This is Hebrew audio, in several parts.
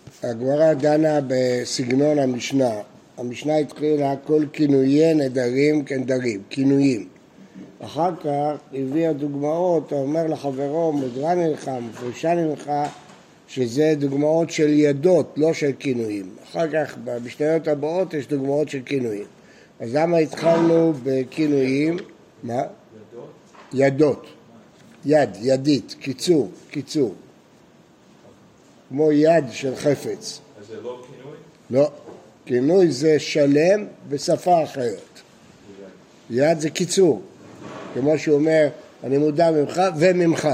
הגמרא דנה בסגנון המשנה. המשנה התחילה כל כינויי נדרים כנדרים, כינויים. אחר כך הביאה דוגמאות, הוא אומר לחברו, מודרני לך, מפורשני לך, שזה דוגמאות של ידות, לא של כינויים. אחר כך במשניות הבאות יש דוגמאות של כינויים. אז למה התחלנו בכינויים? מה? ידות. יד, ידית, קיצור, קיצור. כמו יד של חפץ. אז זה לא כינוי? לא. כינוי זה שלם בשפה אחרת. יד זה קיצור. כמו שהוא אומר, אני מודע ממך וממך.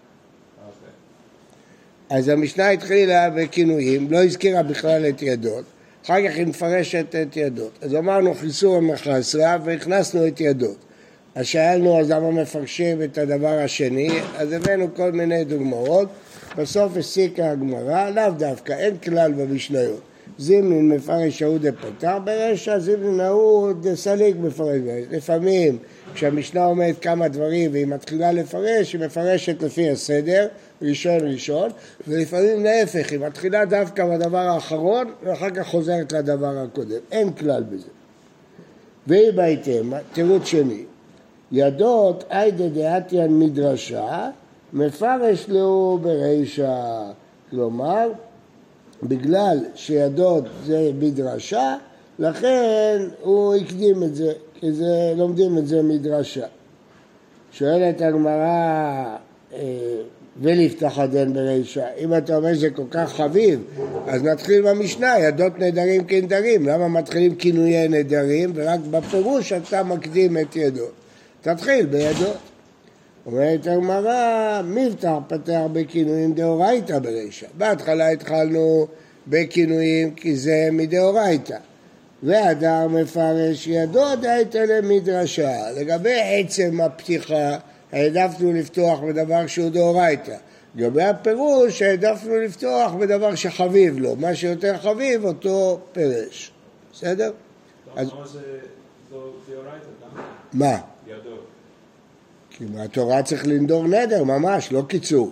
אז המשנה התחילה בכינויים, לא הזכירה בכלל את ידות. אחר כך היא מפרשת את ידות. אז אמרנו חיסור המחסרה והכנסנו את ידות. אז שאלנו אז למה מפרשים את הדבר השני, אז הבאנו כל מיני דוגמאות. בסוף הסיקה הגמרא, לאו דווקא, אין כלל במשניות. זימנין מפרש ההוא דפתח ברשע, זימנין ההוא דסליק מפרש ברשע. לפעמים כשהמשנה אומרת כמה דברים והיא מתחילה לפרש, היא מפרשת לפי הסדר, ראשון, ולפעמים להפך, היא מתחילה דווקא בדבר האחרון ואחר כך חוזרת לדבר הקודם. אין כלל בזה. והיא בהתאם, תירוץ שני, ידות איידה דעתיין מדרשה, מפרש לו ברישא, כלומר, בגלל שידות זה מדרשה, לכן הוא הקדים את זה, כי זה, לומדים את זה מדרשה. שואלת הגמרא, ולפתח הדין ברישא, אם אתה אומר שזה כל כך חביב, אז נתחיל במשנה, ידות נדרים כנדרים, למה מתחילים כינויי נדרים, ורק בפירוש אתה מקדים את ידות. תתחיל בידות. אומרת הגמרא, מבטח פתח בכינויים דאורייתא ברישא. בהתחלה התחלנו בכינויים כי זה מדאורייתא. והדר מפרש ידות דאורייתא למדרשה. לגבי עצם הפתיחה, העדפנו לפתוח בדבר שהוא דאורייתא. לגבי הפירוש, העדפנו לפתוח בדבר שחביב לו. מה שיותר חביב, אותו פירש. בסדר? למה זה דאורייתא? מה? ידות. כי מהתורה צריך לנדור נדר, ממש, לא קיצור.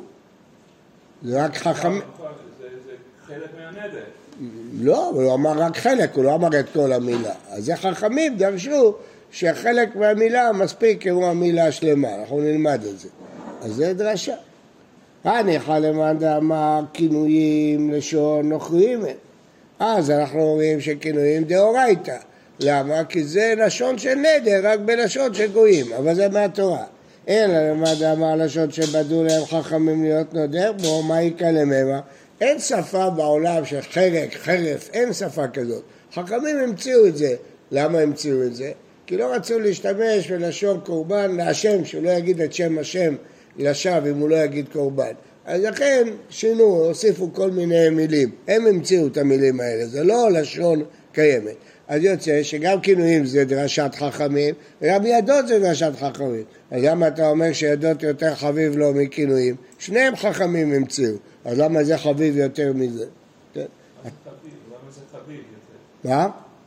זה רק חכם... זה חלק מהנדר. לא, הוא אמר רק חלק, הוא לא אמר את כל המילה. אז זה חכמים דרשו שחלק מהמילה מספיק כמו המילה השלמה, אנחנו נלמד את זה. אז זה דרשה. הניחא למאן דאמר כינויים לשון נוכריים. אז אנחנו אומרים שכינויים דאורייתא. למה? כי זה לשון של נדר, רק בלשון של גויים, אבל זה מהתורה. אלא למאן דאמר לשון שבדו להם חכמים להיות נודר, בו מה יקא לממה? אין שפה בעולם של חרף, אין שפה כזאת. חכמים המציאו את זה. למה המציאו את זה? כי לא רצו להשתמש בלשון קורבן להשם, שהוא לא יגיד את שם השם לשווא אם הוא לא יגיד קורבן. אז לכן שינו, הוסיפו כל מיני מילים. הם המציאו את המילים האלה, זה לא לשון קיימת. אז יוצא שגם כינויים זה דרשת חכמים, וגם ידות זה דרשת חכמים. אז למה אתה אומר שידות יותר חביב לו מכינויים? שניהם חכמים המציאו, אז למה זה חביב יותר מזה? למה זה חביב יותר? מה?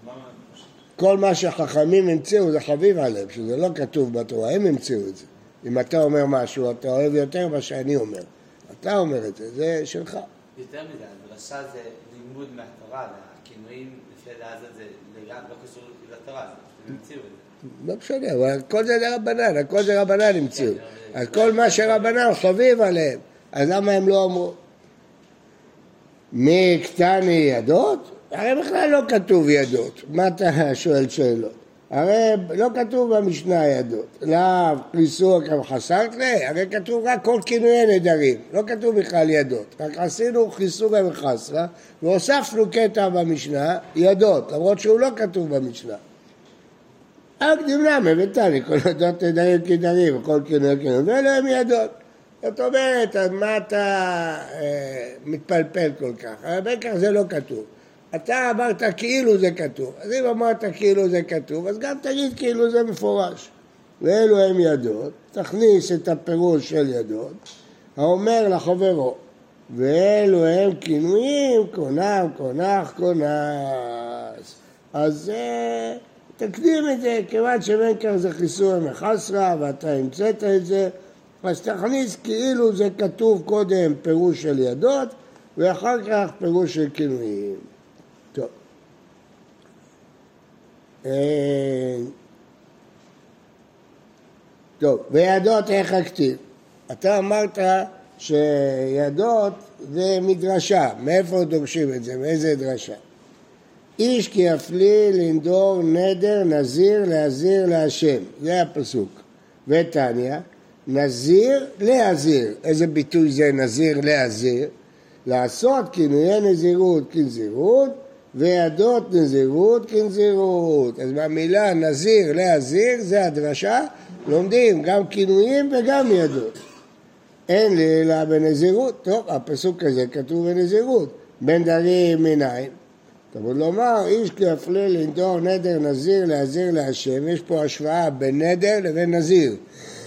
כל מה שחכמים המציאו זה חביב עליהם, שזה לא כתוב בתורה, הם המציאו את זה. אם אתה אומר משהו, אתה אוהב יותר מה שאני אומר. אתה אומר את זה, זה שלך. יותר מזה, הדרשה זה לימוד מהתורה, והכינויים לפי הדעה הזאת זה לא קשור לתורה, זה המציאו את זה. לא משנה, אבל הכל זה רבנן, הכל זה רבנן המציאו. אז כל מה שרבנן חביב עליהם, אז למה הם לא אמרו? מי קטני ידות? הרי בכלל לא כתוב ידות. מה אתה שואל שאלות? הרי לא כתוב במשנה ידות. לאו חיסור כמחסרת לה, הרי כתוב רק כל כינויי נדרים. לא כתוב בכלל ידות. רק עשינו חיסור כמחסרה, והוספנו קטע במשנה ידות, למרות שהוא לא כתוב במשנה. הקדים למה, ותני, כל ידות נדרים כנדרים, וכל כינויי כנדרים, ואלו הם ידות. זאת אומרת, מה אתה מתפלפל כל כך? הרי בכך זה לא כתוב. אתה אמרת כאילו זה כתוב, אז אם אמרת כאילו זה כתוב, אז גם תגיד כאילו זה מפורש. ואלו הם ידות, תכניס את הפירוש של ידות, האומר לחברו, ואלו הם כינויים, קונם, קונח, קונס. אז תקדים את זה, כיוון שבין כך זה חיסור מחסרה, ואתה המצאת את זה, אז תכניס כאילו זה כתוב קודם פירוש של ידות, ואחר כך פירוש של כינויים. טוב. טוב, וידות איך הכתיב? אתה אמרת שידות זה מדרשה, מאיפה דורשים את זה? מאיזה דרשה? איש כי יפלי לנדור נדר נזיר להזיר להשם, זה הפסוק. ותניא, נזיר להזיר, איזה ביטוי זה נזיר להזיר? לעשות כינויי נזירות כנזירות, וידות נזירות כנזירות. אז במילה נזיר להזיר זה הדרשה, לומדים גם כינויים וגם ידות. אין לי אלא בנזירות, טוב, הפסוק הזה כתוב בנזירות, בין דרים מנין. תבוא לומר, איש כי יפלה לנדור נדר נזיר להזיר להשם, יש פה השוואה בין נדר לבין נזיר.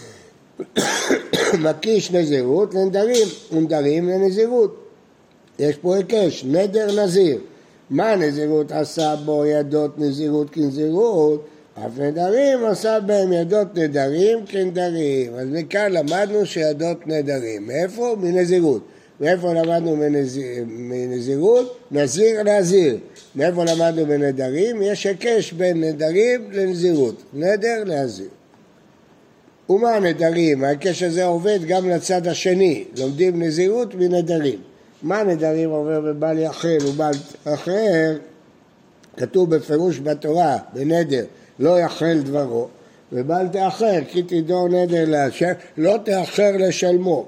מקיש נזירות לנדרים, ונדרים לנזירות. יש פה הקש, נדר נזיר. מה נזירות עשה בו ידות נזירות כנזירות? אף נדרים עשה בהם ידות נדרים כנדרים. אז מכאן למדנו שידות נדרים. מאיפה? מנזירות. מאיפה למדנו מנזירות? נזיר להזיר. מאיפה למדנו בנדרים? יש הקש בין נדרים לנזירות. נדר להזיר. ומה נדרים? הקש הזה עובד גם לצד השני. לומדים נזירות מנדרים. מה נדרים עובר בבל יחל ובל אחר? כתוב בפירוש בתורה, בנדר, לא יחל דברו, ובל תאחר, כי תדור נדר להשם, לא תאחר לשלמו.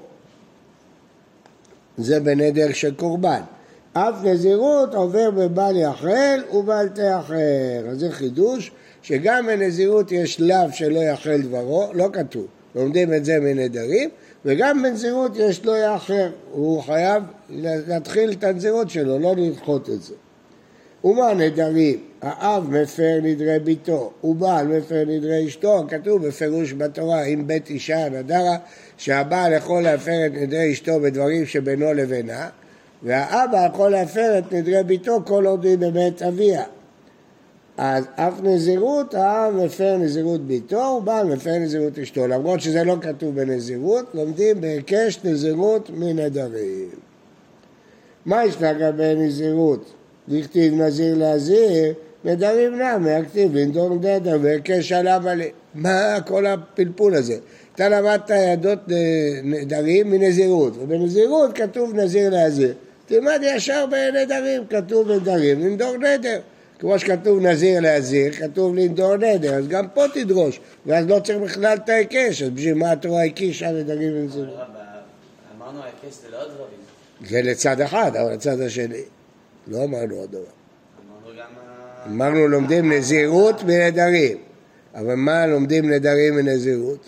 זה בנדר של קורבן. אף נזירות עובר בבל יחל ובל תאחר. אז זה חידוש, שגם בנזירות יש לאו שלא יחל דברו, לא כתוב. לומדים את זה מנדרים, וגם בנזירות יש לא יאחר. הוא חייב להתחיל את הנזירות שלו, לא לדחות את זה. ומה נדרים? האב מפר נדרי ביתו, ובעל מפר נדרי אשתו, כתוב בפירוש בתורה, אם בית אישה נדרה, שהבעל יכול להפר את נדרי אשתו בדברים שבינו לבינה, והאבא יכול להפר את נדרי ביתו כל עוד היא בבית אביה. אז אף נזירות, האב מפר נזירות ביתו, ובעל מפר נזירות אשתו. למרות שזה לא כתוב בנזירות, לומדים בהיקש נזירות מנדרים. מה יש לגבי נזירות? דכתיב נזיר להזיר, נדרים נמי, הכתיב לנדור נדר והיקש עליו עלי. מה כל הפלפול הזה? אתה למדת ידות נדרים מנזירות, ובנזירות כתוב נזיר להזיר. תלמד ישר בנדרים, כתוב נדרים, לנדור נדר. כמו שכתוב נזיר להזיר, כתוב לנדור נדר, אז גם פה תדרוש, ואז לא צריך בכלל את ההיקש, אז בשביל מה התורה הקישה נדרים ונזירות? אמרנו ההיקש זה לעוד דברים. זה לצד אחד, אבל לצד השני. לא אמרנו עוד דבר. אמרנו גם... אמרנו לומדים נזירות מנדרים, אבל מה לומדים נדרים מנזירות?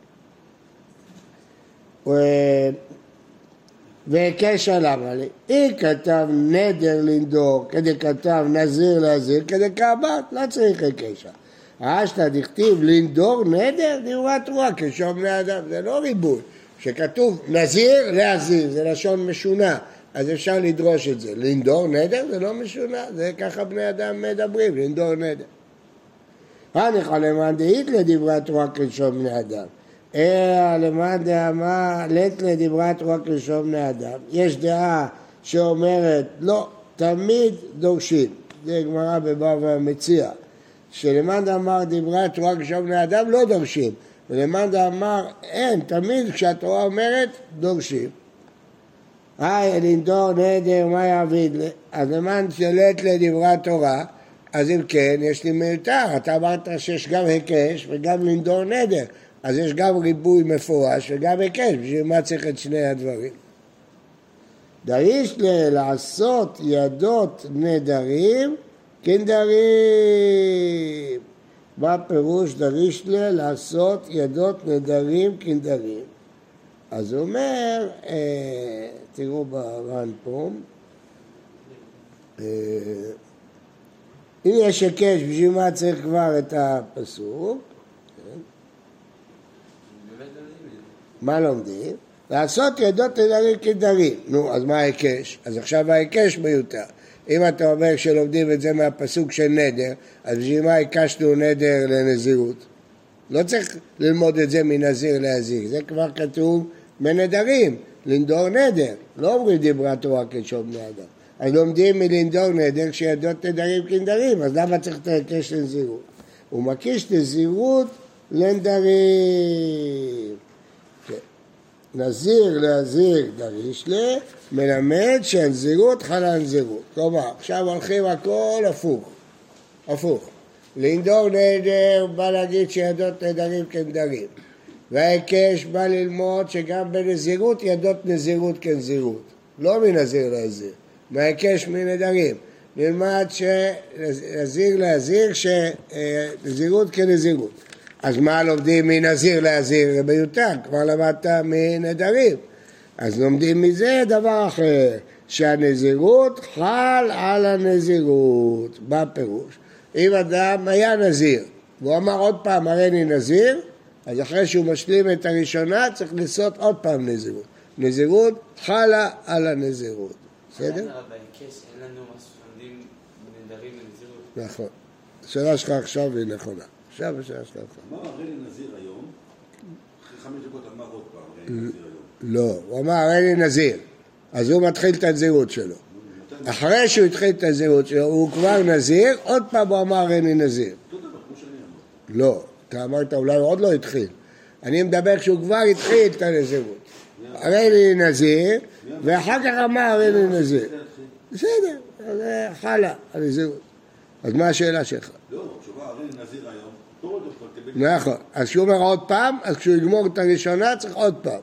והיקש עליו עלי. היא כתב נדר לנדור, כדי כתב נזיר להזיר, כדי כאבת, לא צריך היקש. האשתא דכתיב לנדור נדר, דברת רוח, כשום בני אדם, זה לא ריבוי. שכתוב נזיר להזיר, זה לשון משונה, אז אפשר לדרוש את זה. לנדור נדר זה לא משונה, זה ככה בני אדם מדברים, לנדור נדר. הניחא למאן דאית לדברת רוח כשום בני אדם. למאן דאמר לית לדברת רוח כשום בני אדם. יש דעה שאומרת לא, תמיד דורשים. זה גמרא בבבא מציעא. שלמאן דאמר דברת רוח כשום בני אדם לא דורשים. ולמאן דאמר אין, תמיד כשהתורה אומרת דורשים. לנדור נדר מה יעביד? אז למאן שלט לדברת תורה, אז אם כן יש לי מיותר. אתה אמרת שיש גם היקש וגם לנדור נדר. אז יש גם ריבוי מפורש וגם היקש, בשביל מה צריך את שני הדברים. דריש לעשות ידות נדרים כנדרים. בפירוש דריש לעשות ידות נדרים כנדרים. אז הוא אומר, תראו בר"ן פה, אם יש היקש, בשביל מה צריך כבר את הפסוק? מה לומדים? לעשות ידות נדרים כנדרים. נו, אז מה ההיקש? אז עכשיו ההיקש מיותר. אם אתה אומר שלומדים את זה מהפסוק של נדר, אז בשביל מה הקשנו נדר לנזירות? לא צריך ללמוד את זה מנזיר להזיר, זה כבר כתוב בנדרים, לנדור נדר, לא אומרים דיברה תורה כשום בני אדם. אז לומדים מלנדור נדר שידות נדרים כנדרים, אז למה צריך את ההיקש לנזירות? הוא מקיש נזירות לנדרים. נזיר להזיר דריש לה, מלמד שהנזירות חלה הנזירות. כלומר, עכשיו הולכים הכל הפוך. לנדור נדר בא להגיד שידות נדרים כנדרים. וההיקש בא ללמוד שגם בנזירות ידות נזירות כנזירות. לא מנזיר להזיר, מההיקש מנדרים. נלמד שנזיר להזיר שנזירות כנזירות. אז מה לומדים מנזיר להזיר? זה מיותר, כבר למדת מנדרים. אז לומדים מזה דבר אחר, שהנזירות חל על הנזירות. בפירוש, אם אדם היה נזיר, והוא אמר עוד פעם הריני נזיר, אז אחרי שהוא משלים את הראשונה צריך לעשות עוד פעם נזירות. נזירות חלה על הנזירות. בסדר? בהיקש אין לנו מה שלומדים נדרים לנזירות. נכון. השאלה שלך עכשיו היא נכונה. עכשיו השאלה שלך עכשיו. אמר הריני נזיר היום, אחרי 5 דקות אמר עוד פעם הריני נזיר היום. לא, הוא אמר הריני נזיר. אז הוא מתחיל את הנזירות שלו. אחרי שהוא התחיל את הנזירות שלו, הוא כבר נזיר, עוד פעם הוא אמר הריני נזיר. אותו דבר, כמו שאני אמר. לא, אתה אמרת אולי הוא עוד לא התחיל. אני מדבר כשהוא כבר התחיל את הנזירות. הריני נזיר, ואחר כך אמר הריני נזיר. בסדר, אז חלה הנזירות. אז מה השאלה שלך? לא, תשובה הריני נזיר היום, תורד אותו, נכון, אז כשהוא אומר עוד פעם, אז כשהוא יגמור את הראשונה צריך עוד פעם.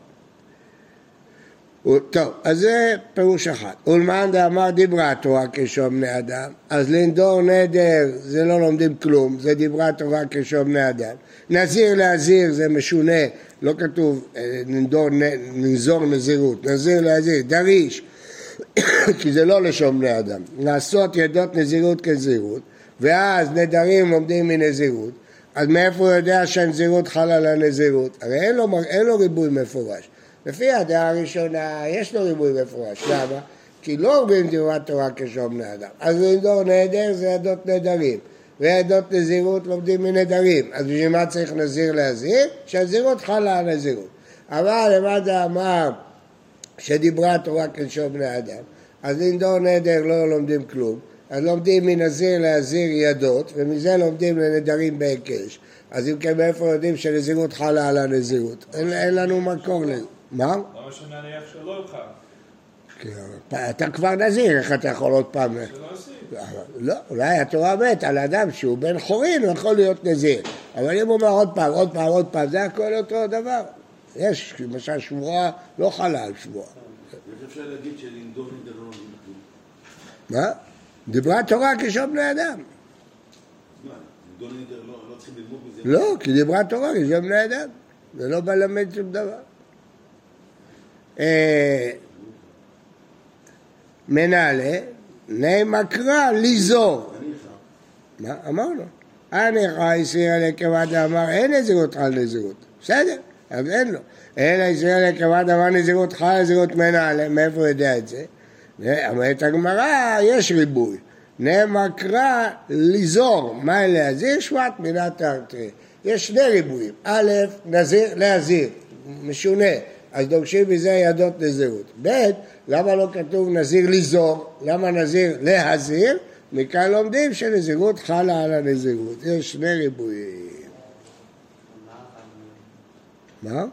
טוב, אז זה פירוש אחד. ולמאן דאמר דיברה תורה כשום בני אדם, אז לנדור נדר זה לא לומדים כלום, זה דיברה תורה כשום בני אדם. נזיר להזיר זה משונה, לא כתוב ננזור נזירות, נזיר להזיר, דריש, כי זה לא לשום בני אדם. לעשות ידות נזירות כנזירות, ואז נדרים לומדים מנזירות, אז מאיפה הוא יודע שהנזירות חלה על הנזירות? הרי אין לו ריבוי מפורש. לפי הדעה הראשונה יש לו ריבוי מפורש. למה? כי לא אומרים דיברת תורה כשום בני אדם. אז לנדור נדר זה ידות נדרים, וידות נזירות לומדים מנדרים. אז בשביל מה צריך נזיר להזיר? שהנזירות חלה על הנזירות. אבל למדע אמר שדיברה תורה כשום בני אדם, אז לנדור נדר לא לומדים כלום. אז לומדים מנזיר להזיר ידות, ומזה לומדים לנדרים בהיקש. אז אם כן, מאיפה יודעים שנזירות חלה על הנזירות? אין לנו מקור לזה. מה? למה שנניח שלא יוכל? אתה כבר נזיר, איך אתה יכול עוד פעם? שלא עושים. לא, אולי התורה מת על אדם שהוא בן חורין, הוא יכול להיות נזיר. אבל אם הוא אומר עוד פעם, זה הכל אותו דבר. יש, למשל שבועה לא חלה על שבועה. איך אפשר להגיד שלנדור נדר לא לומדים כלום? מה? דיברה תורה כשום בני אדם. מה, לנדור נדר לא צריכים ללמוד מזה? לא, כי דיברה תורה כשום בני אדם. זה לא בא למד שום דבר. מנהלה, נעימה קרא ליזור. מה? אמרנו. הניחה ישראל לכבד אמר אין נזירות חל נזירות. בסדר, אז אין לו. אין ישראל לכבד אמר נזירות חל נזירות מנהלה. מאיפה הוא יודע את זה? אומרת הגמרא, יש ריבוי. נעימה קרא ליזור. מה להזיר? שבט מינת הארתרי. יש שני ריבועים. א', נזיר להזיר. משונה. אז דורשים מזה ידות נזירות. ב', למה לא כתוב נזיר ליזור? למה נזיר להזיר? מכאן לומדים שנזירות חלה על הנזירות. יש שני ריבועים. מה?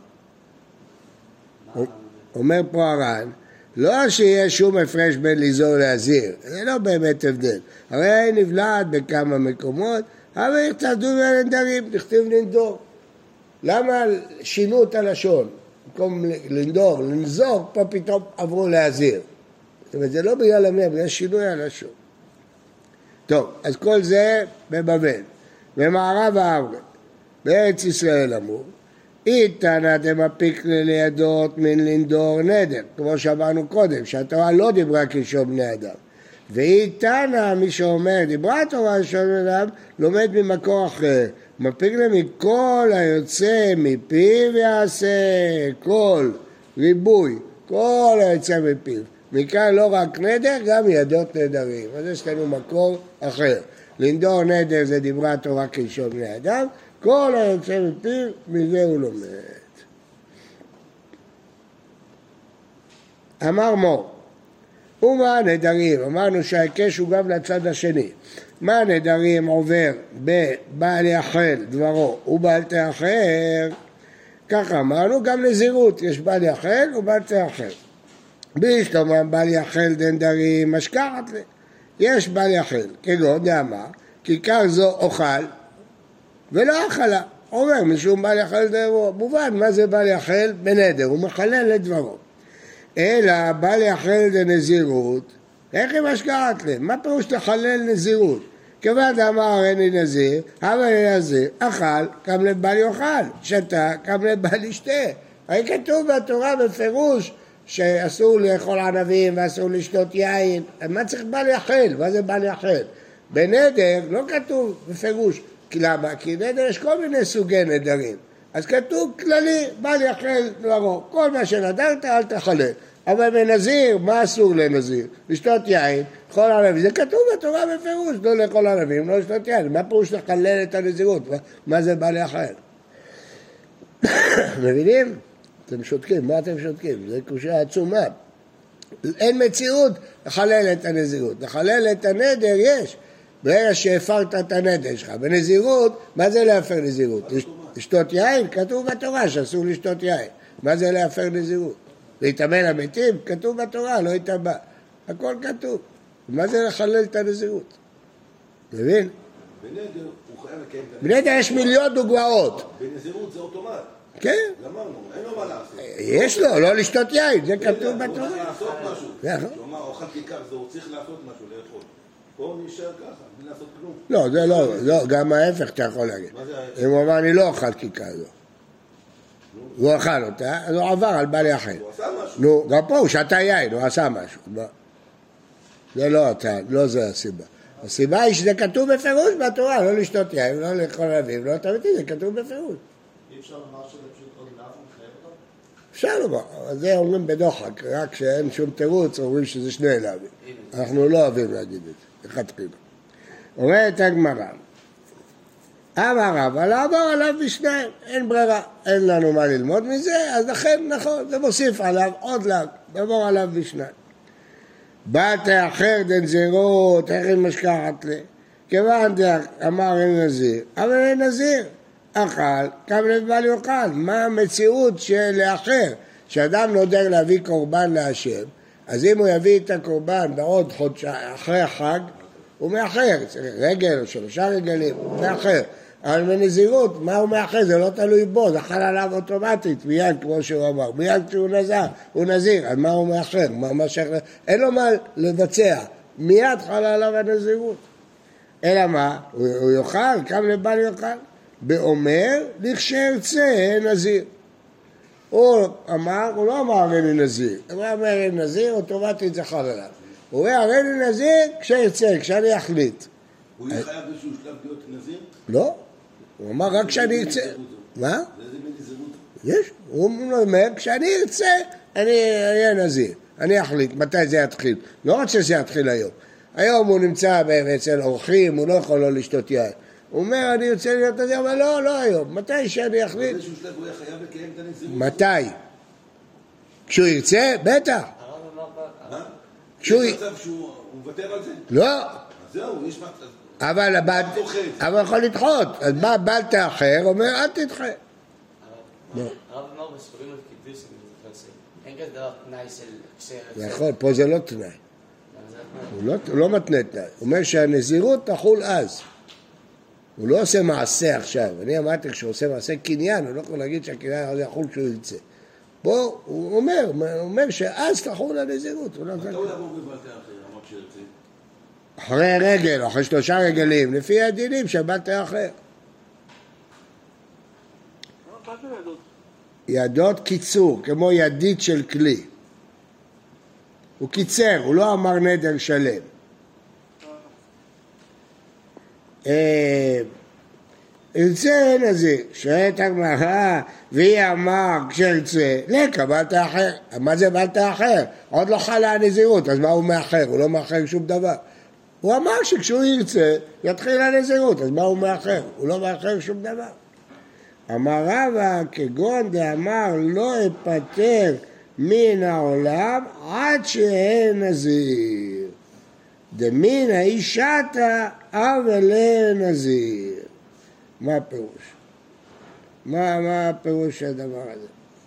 אומר פה הר"ן, לא שיש שום הפרש בין ליזור להזיר, זה לא באמת הבדל. הרי נבלעת בכמה מקומות, אבל יחצדו מהנדרים, נכתיב לנדור. למה שינו את הלשון? במקום לנדור, לנזור, פה פתאום עברו להזיר. זאת אומרת, זה לא בגלל המאה, בגלל שינוי הלשון. טוב, אז כל זה בבבל. במערב הארץ, בארץ ישראל אמרו, איתנה דמפיק לידות מן לנדור נדר, כמו שאמרנו קודם, שהתורה לא דיברה כשום בני אדם. ואיתנה, מי שאומר, דיברה התורה כשום בני אדם, לומד ממקור אחר. מפיק להם מכל היוצא מפיו יעשה, כל ריבוי, כל היוצא מפיו. מכאן לא רק נדר, גם ידות נדרים. אז יש לנו מקור אחר. לנדור נדר זה דיברה התורה כשום בני אדם, כל היוצא מפיו, מזה הוא לומד. אמר מור, ומה נדרים? אמרנו שההיקש הוא גם לצד השני. מה נדרים עובר בבעל יחל דברו ובעל תאחר? ככה אמרנו, גם נזירות, יש בעל יחל ובעל תאחר. בישתומם בעל יחל דנדרים משכחת לי. יש בעל יחל, כגון דאמר, כיכר זו אוכל ולא אכלה. אומר משום בעל יחל דברו. מובן, מה זה בעל יחל? בנדר, הוא מחלל את דברו. אלא בעל יחל דנזירות, איך היא משכחת לי? מה פירוש לחלל נזירות? כיוון דאמר איני נזיר, אבל איני נזיר, אכל, קם לבל יאכל, שתה, קם לבל ישתה. הרי כתוב בתורה בפירוש שאסור לאכול ענבים ואסור לשתות יין. מה צריך בל יחל? מה זה בל יחל? בנדר לא כתוב בפירוש. למה? כי נדר יש כל מיני סוגי נדרים. אז כתוב כללי, בל יחל דברו. כל מה שנדרת אל תחלל. אבל בנזיר, מה אסור לנזיר? לשתות יין, לאכול ענבים. זה כתוב בתורה בפירוש, לא לאכול ענבים, לא לשתות יין. מה פירוש לחלל את הנזירות? מה זה בל יחל? מבינים? אתם שותקים, מה אתם שותקים? זה קושיה עצומה. אין מציאות לחלל את הנזירות. לחלל את הנדר יש. ברגע שהפרת את הנדר שלך. בנזירות, מה זה להפר נזירות? לשתות יין? כתוב בתורה שאסור לשתות יין. מה זה להפר נזירות? להתאמן המתים? כתוב בתורה, לא יתאבא. הכל כתוב. מה זה לחלל את הנזירות? מבין? בנדר הוא חייב לקיים את בנדר יש מיליון דוגמאות. בנזירות זה אוטומט. כן. גמרנו, אין לו מה לעשות. יש לו, לא לשתות יין, זה כתוב הוא צריך בתורה. לעשות משהו. נכון. כלומר, אוכל כיכר, הוא צריך לעשות משהו, לאכול. פה נשאר ככה, בלי לעשות כלום. לא, זה לא, גם ההפך אתה יכול להגיד. מה זה ההפך? אם הוא אמר, אני לא אוכל כיכר זו. הוא אכל אותה, אז הוא עבר על בעל יחד. הוא עשה משהו. נו, גם פה הוא שתה יין, הוא עשה משהו. זה לא זה הסיבה. הסיבה היא שזה כתוב בפירוש בתורה, לא לשתות יין, לא לאכול ענבים, לא תמיד, זה כתוב בפירוש. אי אפשר לומר שזה פשוט עוד לאף הוא מחייב אותו? אפשר לומר, אבל זה אומרים בדוחק, רק שאין שום תירוץ, אומרים שזה שני אלבים. אנחנו לא אוהבים להגיד את זה, לכתחילה. אומרת הגמרא, אמר רב, לעבור עליו בשניים, אין ברירה, אין לנו מה ללמוד מזה, אז לכן נכון, זה מוסיף עליו עוד לעבור עליו בשניים. באת אחר דנזירות, איך היא משכחת לי? כיוון אמר אין נזיר, אבל אין נזיר. אכל, קם לבל יאכל. מה המציאות של לאחר? כשאדם נודר להביא קורבן להשם, אז אם הוא יביא את הקורבן בעוד חודשיים, אחרי החג, הוא מאחר, רגל או 3 רגלים, הוא מאחר. אבל בנזירות, מה הוא מאחר? זה לא תלוי בו, זה חל עליו אוטומטית, מיד כמו שהוא אמר, מיד כשהוא נזר, הוא נזיר, אז מה הוא מאחר? אין לו מה לבצע, מיד חל עליו הנזירות. אלא מה? הוא יאכל, קם לבל יאכל. באומר, לכשארצה נזיר. הוא לא אמר הרי נזיר, הוא אמר הרי נזיר, אוטומטית זה חל עליו. הוא אומר הרי נזיר כשארצה, כשאני אחליט. הוא יהיה חייב באיזשהו שלב להיות נזיר? לא, הוא אמר רק כשאני ארצה. מה? זה איזה בנזירות? יש, הוא אומר כשאני ארצה אני אהיה נזיר, אני אחליט מתי זה יתחיל. לא רוצה שזה יתחיל היום. היום הוא נמצא אצל אורחים, הוא לא יכול לא לשתות יין. הוא אומר, אני רוצה להיות נזיר, אבל לא היום. מתי שאני אחליט? באיזשהו שלב הוא יהיה חייב לקיים את הנזירות? מתי? כשהוא ירצה? בטח. מה? כשהוא... יש מצב שהוא מוותר על זה? לא. אז זהו, יש מצב. אבל יכול לדחות. אז בא בעל תאחר, אומר, אל תדחה. הרב אמר בספרים על קידוש, אין כזה דבר תנאי של כשארצה. נכון, פה זה לא תנאי. הוא לא מתנה תנאי. הוא אומר שהנזירות תחול אז. הוא לא עושה מעשה עכשיו. אני אמרתי כשהוא עושה מעשה קניין, הוא לא יכול להגיד שהקניין הזה יחול כשהוא ירצה. פה הוא אומר שאז תחול הנזירות. מתי הוא יבוא בבלתי אחר, אמר כשירצה? אחרי רגל, אחרי 3 רגלים, לפי הדינים של בלתי אחר. ידות קיצור, כמו ידית של כלי. הוא קיצר, הוא לא אמר נדר שלם. ירצה נזיר, שואלת הגמרא, והיא אמר כשארצה, לקבלת אחר. מה זה בלת אחר? עוד לא חלה הנזירות, אז מה הוא מאחר? הוא לא מאחר שום דבר. הוא אמר שכשהוא ירצה, יתחיל הנזירות, אז מה הוא מאחר? הוא לא מאחר שום דבר. אמר רבא, כגון דאמר לא אפטר מן העולם עד שיהיה נזיר. דמין האישתה אבל נזיר. מה הפירוש? מה הפירוש של הדבר הזה?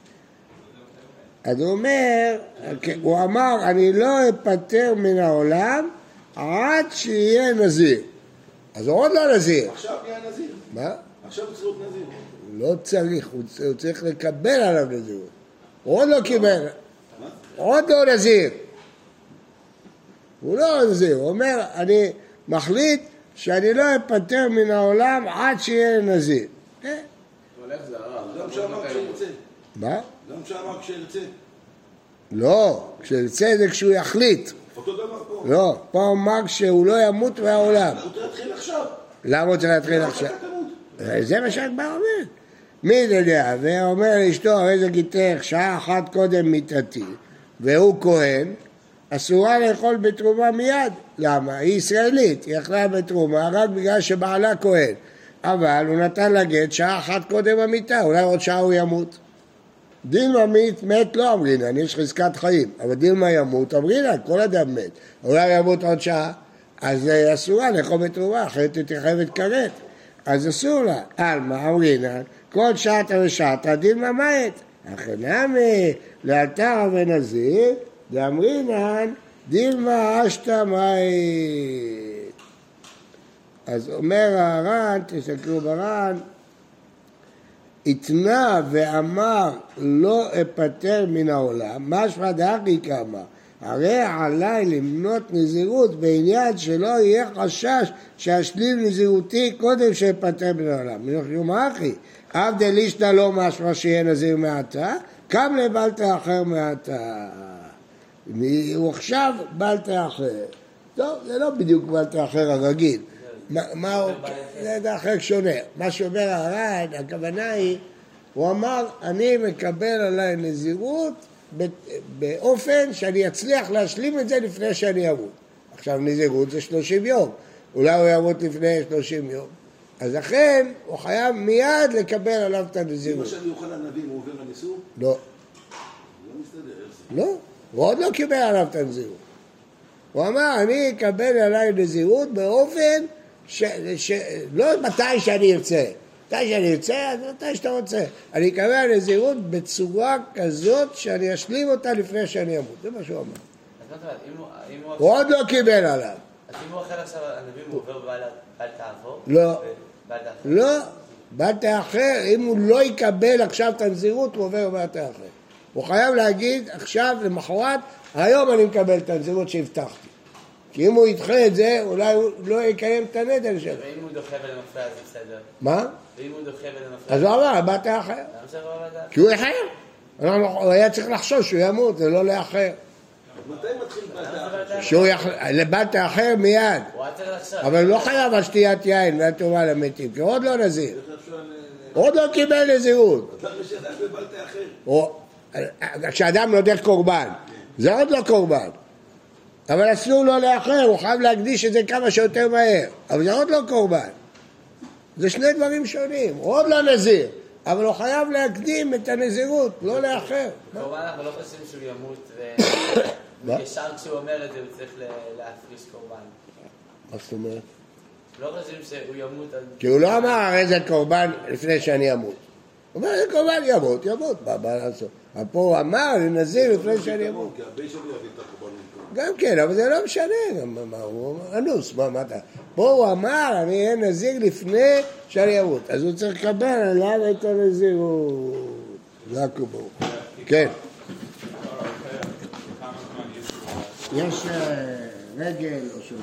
אז הוא אמר, אני לא אפטר מן העולם עד שיהיה נזיר. אז הוא עוד לא נזיר. עכשיו נהיה נזיר. מה? עכשיו הוא צריך להיות נזיר. לא צריך, הוא צריך לקבל עליו נזירות. הוא עוד לא קיבל. עוד לא נזיר. הוא לא נזיר. הוא אומר, אני מחליט שאני לא אפטר מן העולם עד שיהיה נזיר. גם שאמר כשירצה. מה? גם שאמר כשירצה. לא, כשירצה זה כשהוא יחליט. אותו דבר פה. לא, פה הוא אמר שהוא לא ימות מהעולם. הוא צריך להתחיל עכשיו. למה הוא צריך להתחיל עכשיו? זה מה שהגמרא אומרת. מי יודע, ואומר לאשתו, הרי זה גיתך שעה אחת קודם מיתתי, והוא כהן, אסורה לאכול בתרומה מיד. למה? היא ישראלית, היא אכלה בתרומה רק בגלל שבעלה כהן. אבל הוא נתן לה גט שעה אחת קודם המיתה, אולי עוד שעה הוא ימות. דילמה מת לא אמרינן, יש חזקת חיים, אבל דילמה ימות אמרינן, כל אדם מת. אולי ימות עוד שעה, אז אסורה לאכול בתרומה, אחרת היא חייבת כרת. אז אסור לה. אלמה אמרינן, כל שעתה ושעתה דילמה מת. החנמי לאלתר ונזיר, דאמרינן דילמה אשתה מת. אז אומר הר"ן, תסתכלו בר"ן, התנה ואמר לא אפטר מן העולם, משמע דאחי כמה, הרי עליי למנות נזירות בעניין שלא יהיה חשש שאשלים נזירותי קודם שאפטר מן העולם. מנחם אחי, עבד אלישתא לא משמע שיהיה נזיר מעתה, קם לבלטה אחר מעתה. הוא עכשיו בלטה אחר. טוב, זה לא בדיוק בלטה אחר הרגיל. זה אחר שונה. מה שאומר הר"ן, הכוונה היא, הוא אמר, אני מקבל עליי נזירות באופן שאני אצליח להשלים את זה לפני שאני אמות. עכשיו נזירות זה 30 יום, אולי הוא ימות לפני 30 יום. אז לכן הוא חייב מיד לקבל עליו את הנזירות. אם עכשיו יוכל הנביא, הוא עובר לניסור? לא. לא מסתדר. לא, הוא עוד לא קיבל עליו את הנזירות. הוא אמר, אני אקבל עליי נזירות באופן לא מתי שאני ארצה. מתי שאני ארצה, אז מתי שאתה רוצה. אני אקבל נזירות בצורה כזאת שאני אשלים אותה לפני שאני אמות. זה מה שהוא אמר. הוא עוד לא קיבל עליו. אז אם הוא אוכל עכשיו, הנביא הוא עובר בל תעבור? לא. לא. בל תאחר. אם הוא לא יקבל עכשיו את הנזירות, הוא עובר בל תאחר. הוא חייב להגיד עכשיו, למחרת, היום אני מקבל את הנזירות שהבטחתי. כי אם הוא ידחה את זה, אולי הוא לא יקיים את הנדל שלו. ואם הוא דוחה ולמפריע, זה בסדר. מה? ואם הוא דוחה ולמפריע... אז הוא אמר, באת לאחר. למה זה לא לדעת? כי הוא יחר. הוא היה צריך לחשוש שהוא ימות, זה לא לאחר. מתי מתחיל בלטה? לבאת לאחר מיד. הוא היה צריך לחשוב. אבל לא חייב על שתיית יין והתרומה למתים, כי הוא עוד לא נזיר. הוא עוד לא קיבל נזירות. אתה משדע בבלטה אחר. כשאדם נודח קורבן, זה עוד לא קורבן. אבל אסור לו לאחר, הוא חייב להקדיש את זה כמה שיותר מהר. אבל זה עוד לא קורבן. זה שני דברים שונים. הוא עוד לא נזיר, אבל הוא חייב להקדים את הנזירות, לא לאחר. קורבן, אנחנו לא חושבים שהוא ימות, וישר כשהוא אומר את זה, הוא צריך להפריש קורבן. מה זאת אומרת? לא חושבים שהוא ימות... כי הוא לא אמר, הרי זה קורבן לפני שאני אמות. הוא אומר, זה קורבן ימות, מה לעשות? אבל פה הוא אמר, אני נזיר לפני שאני אמות. כי הרבה שלי יביא את הקורבן. גם כן, אבל זה לא משנה, הוא אנוס, מה אתה? פה הוא אמר, אני אהיה נזיר לפני שאני אמות, אז הוא צריך לקבל עליו את הנזירות. זה הקובור. כן. יש רגל או